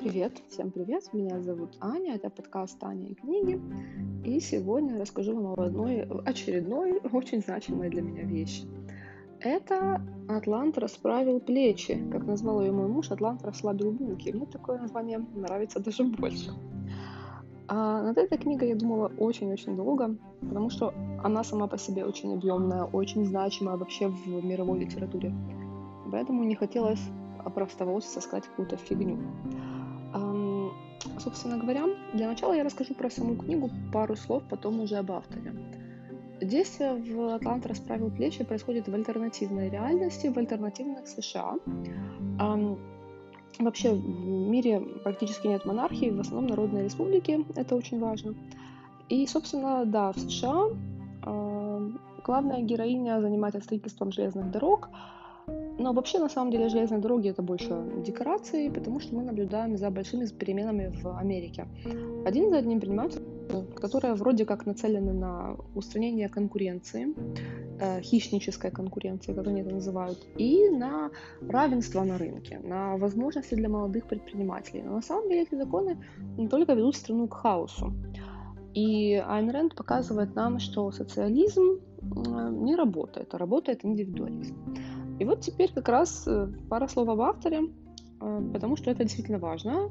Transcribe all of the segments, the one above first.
Привет, всем привет, меня зовут Аня, это подкаст «Аня и книги», и сегодня я расскажу вам об одной очередной, очень значимой для меня вещи. Это «Атлант расправил плечи», как назвал ее мой муж, «Атлант расслабил булки». Мне такое название нравится даже больше. Над этой книгой я думала очень-очень долго, потому что она сама по себе очень объемная, очень значимая вообще в мировой литературе. Поэтому не хотелось опростоволоситься, сказать какую-то фигню. Ам, Собственно говоря, для начала я расскажу про саму книгу, пару слов, потом уже об авторе. Действие в «Атлант расправил плечи» происходит в альтернативной реальности, в альтернативных США. Ам, Вообще в мире практически нет монархии, в основном народные республики, это очень важно. И, собственно, да, в США главная героиня занимается строительством железных дорог, но вообще, на самом деле, железные дороги — это больше декорации, потому что мы наблюдаем за большими переменами в Америке. Один за одним принимаются, которые вроде как нацелены на устранение конкуренции, хищнической конкуренции, как они это называют, и на равенство на рынке, на возможности для молодых предпринимателей. Но на самом деле эти законы не только ведут страну к хаосу. И Айн Рэнд показывает нам, что социализм не работает, а работает индивидуализм. И вот теперь как раз пара слов об авторе, потому что это действительно важно.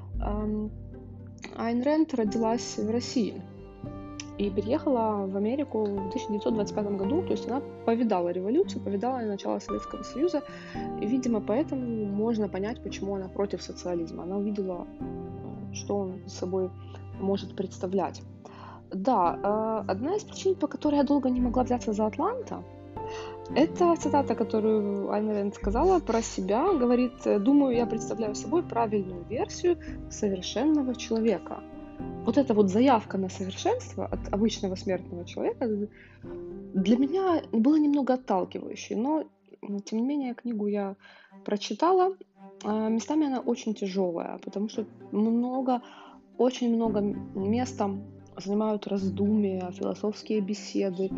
Айн Рэнд родилась в России и переехала в Америку в 1925 году, то есть она повидала революцию, повидала начало Советского Союза, и, видимо, поэтому можно понять, почему она против социализма. Она увидела, что он собой может представлять. Да, одна из причин, по которой я долго не могла взяться за «Атланта», это цитата, которую Айн Рэнд сказала про себя, говорит: «Думаю, я представляю собой правильную версию совершенного человека». Вот эта вот заявка на совершенство от обычного смертного человека для меня была немного отталкивающей, но, тем не менее, книгу я прочитала. Местами она очень тяжелая, потому что очень много места занимают раздумья, философские беседы.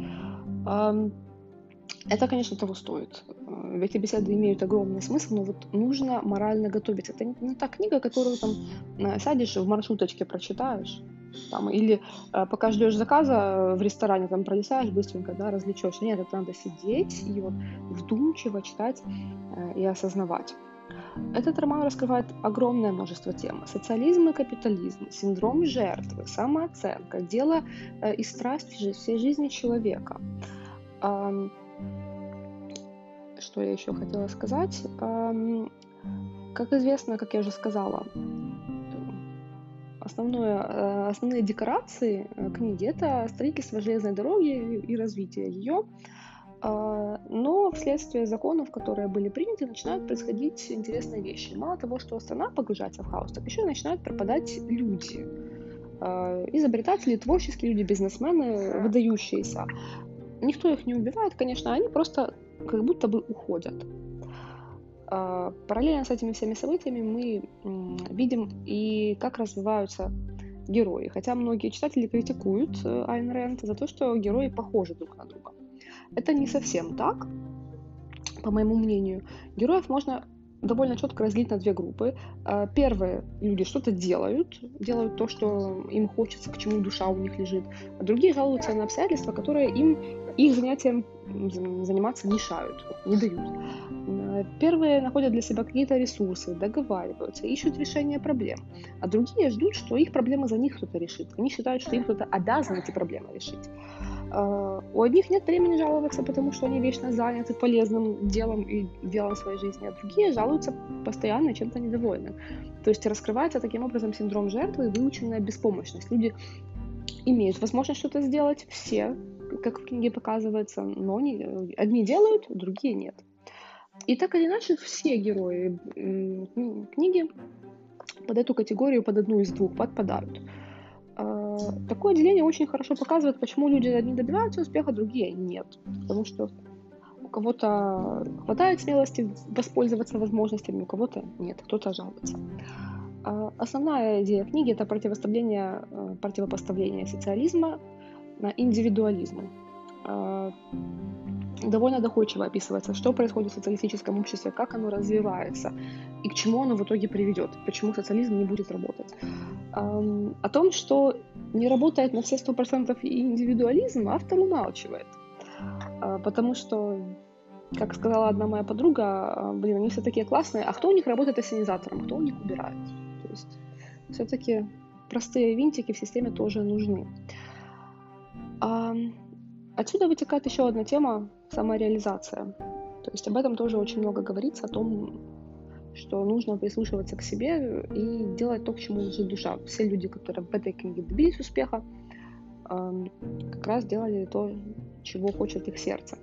Это, конечно, того стоит. Эти беседы имеют огромный смысл, но вот нужно морально готовиться. Это не та книга, которую там сядешь в маршруточке прочитаешь, там, или пока ждешь заказа в ресторане, там пролистаешь быстренько, да, развлечешься. Нет, это надо сидеть и вот вдумчиво читать и осознавать. Этот роман раскрывает огромное множество тем. Социализм и капитализм, синдром жертвы, самооценка, дело и страсть всей жизни человека. Что я еще хотела сказать? Как известно, как я уже сказала, основные декорации книги — это строительство железной дороги и развитие ее. Но вследствие законов, которые были приняты, начинают происходить интересные вещи. Мало того, что страна погружается в хаос, так еще и начинают пропадать люди. Изобретатели, творческие люди, бизнесмены, выдающиеся. Никто их не убивает, конечно, они просто как будто бы уходят. Параллельно с этими всеми событиями мы видим и как развиваются герои. Хотя многие читатели критикуют Айн Рэнд за то, что герои похожи друг на друга. Это не совсем так, по моему мнению. Героев можно довольно четко разделить на две группы. Первые люди что-то делают то, что им хочется, к чему душа у них лежит. А другие жалуются на обстоятельства, которые им их занятием заниматься мешают, не дают. Первые находят для себя какие-то ресурсы, договариваются, ищут решение проблем. А другие ждут, что их проблемы за них кто-то решит. Они считают, что им кто-то обязан эти проблемы решить. У одних нет времени жаловаться, потому что они вечно заняты полезным делом и делом своей жизни, а другие жалуются постоянно и чем-то недовольны. То есть раскрывается таким образом синдром жертвы и выученная беспомощность. Люди имеют возможность что-то сделать, все, как в книге показывается, но одни делают, другие нет. И так или иначе все герои книги под эту категорию, под одну из двух подпадают. Такое деление очень хорошо показывает, почему люди одни добиваются успеха, другие нет. Потому что у кого-то хватает смелости воспользоваться возможностями, у кого-то нет, кто-то жалуется. Основная идея книги — это противопоставление социализма на индивидуализму. довольно доходчиво описывается, что происходит в социалистическом обществе, как оно развивается и к чему оно в итоге приведет, почему социализм не будет работать. О том, что не работает на все 100% индивидуализм, автор умалчивает. Потому что, как сказала одна моя подруга, они все такие классные, а кто у них работает ассенизатором, кто у них убирает? То есть все-таки простые винтики в системе тоже нужны. Отсюда вытекает еще одна тема – самореализация. То есть об этом тоже очень много говорится, о том, что нужно прислушиваться к себе и делать то, к чему лежит душа. Все люди, которые в этой книге добились успеха, как раз делали то, чего хочет их сердце.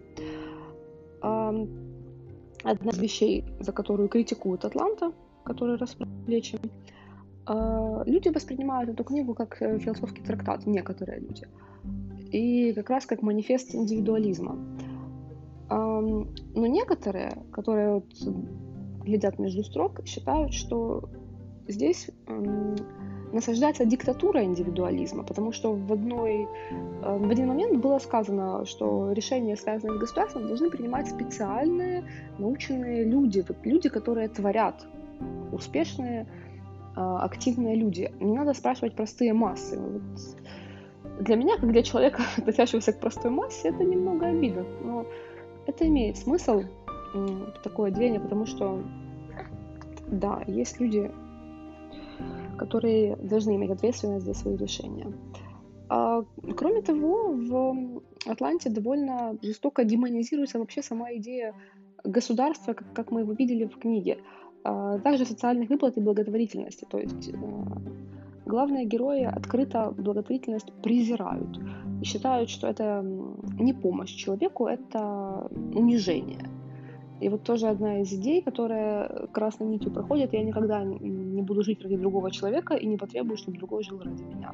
Одна из вещей, за которую критикуют Атланта, который расплечен, люди воспринимают эту книгу как философский трактат, некоторые люди, и как раз как манифест индивидуализма. Но некоторые, которые вот глядят между строк, считают, что здесь насаждается диктатура индивидуализма, потому что в один момент было сказано, что решения, связанные с государством, должны принимать специальные наученные люди, люди, которые творят, успешные, активные люди. Не надо спрашивать простые массы. Для меня, как для человека, относящегося к простой массе, это немного обидно, но это имеет смысл, такое деление, потому что, да, есть люди, которые должны иметь ответственность за свои решения. Кроме того, в Атланте довольно жестоко демонизируется вообще сама идея государства, как мы его видели в книге. Также социальных выплат и благотворительности. То есть главные герои открыто благотворительность презирают и считают, что это не помощь человеку, это унижение. И вот тоже одна из идей, которая красной нитью проходит: я никогда не буду жить ради другого человека и не потребую, чтобы другой жил ради меня.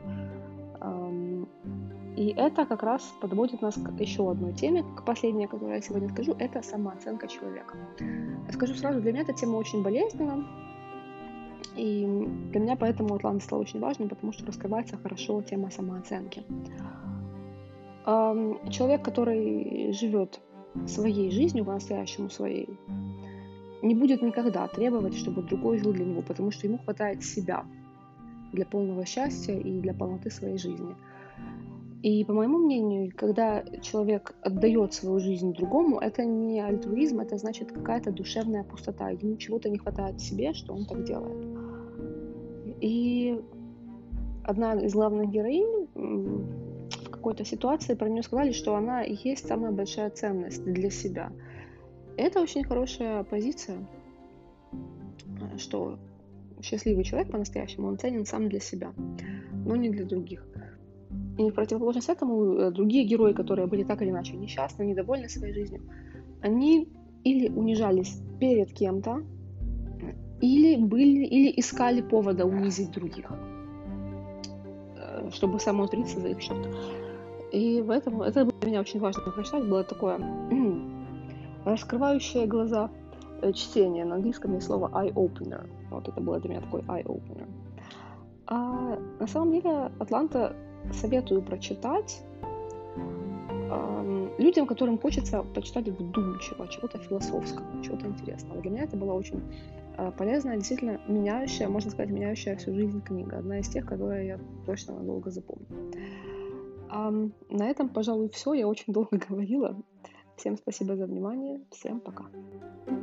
И это как раз подводит нас к еще одной теме, к последней, которую я сегодня скажу, это самооценка человека. Я скажу сразу, для меня эта тема очень болезненна, и для меня поэтому Атлант стал очень важным, потому что раскрывается хорошо тема самооценки. Человек, который живет своей жизнью, по-настоящему своей, не будет никогда требовать, чтобы другой жил для него, потому что ему хватает себя для полного счастья и для полноты своей жизни. И, по моему мнению, когда человек отдает свою жизнь другому, это не альтруизм, это значит какая-то душевная пустота. Ему чего-то не хватает в себе, что он так делает. И одна из главных героинь в какой-то ситуации про нее сказали, что она и есть самая большая ценность для себя. И это очень хорошая позиция, что счастливый человек по-настоящему, он ценен сам для себя, но не для других. И в противоположность этому другие герои, которые были так или иначе несчастны, недовольны своей жизнью, они или унижались перед кем-то, или искали повода унизить других, чтобы самоутвердиться за их счет. И поэтому это для меня очень важно прочитать. Было такое раскрывающее глаза чтение. На английском есть слово eye-opener. Вот это было для меня такой eye-opener. А на самом деле Атланта советую прочитать людям, которым хочется почитать вдумчиво, чего-то философского, чего-то интересного. Для меня это была очень полезная, действительно меняющая, можно сказать, меняющая всю жизнь книга. Одна из тех, которые я точно надолго запомню. На этом, пожалуй, все. Я очень долго говорила. Всем спасибо за внимание. Всем пока.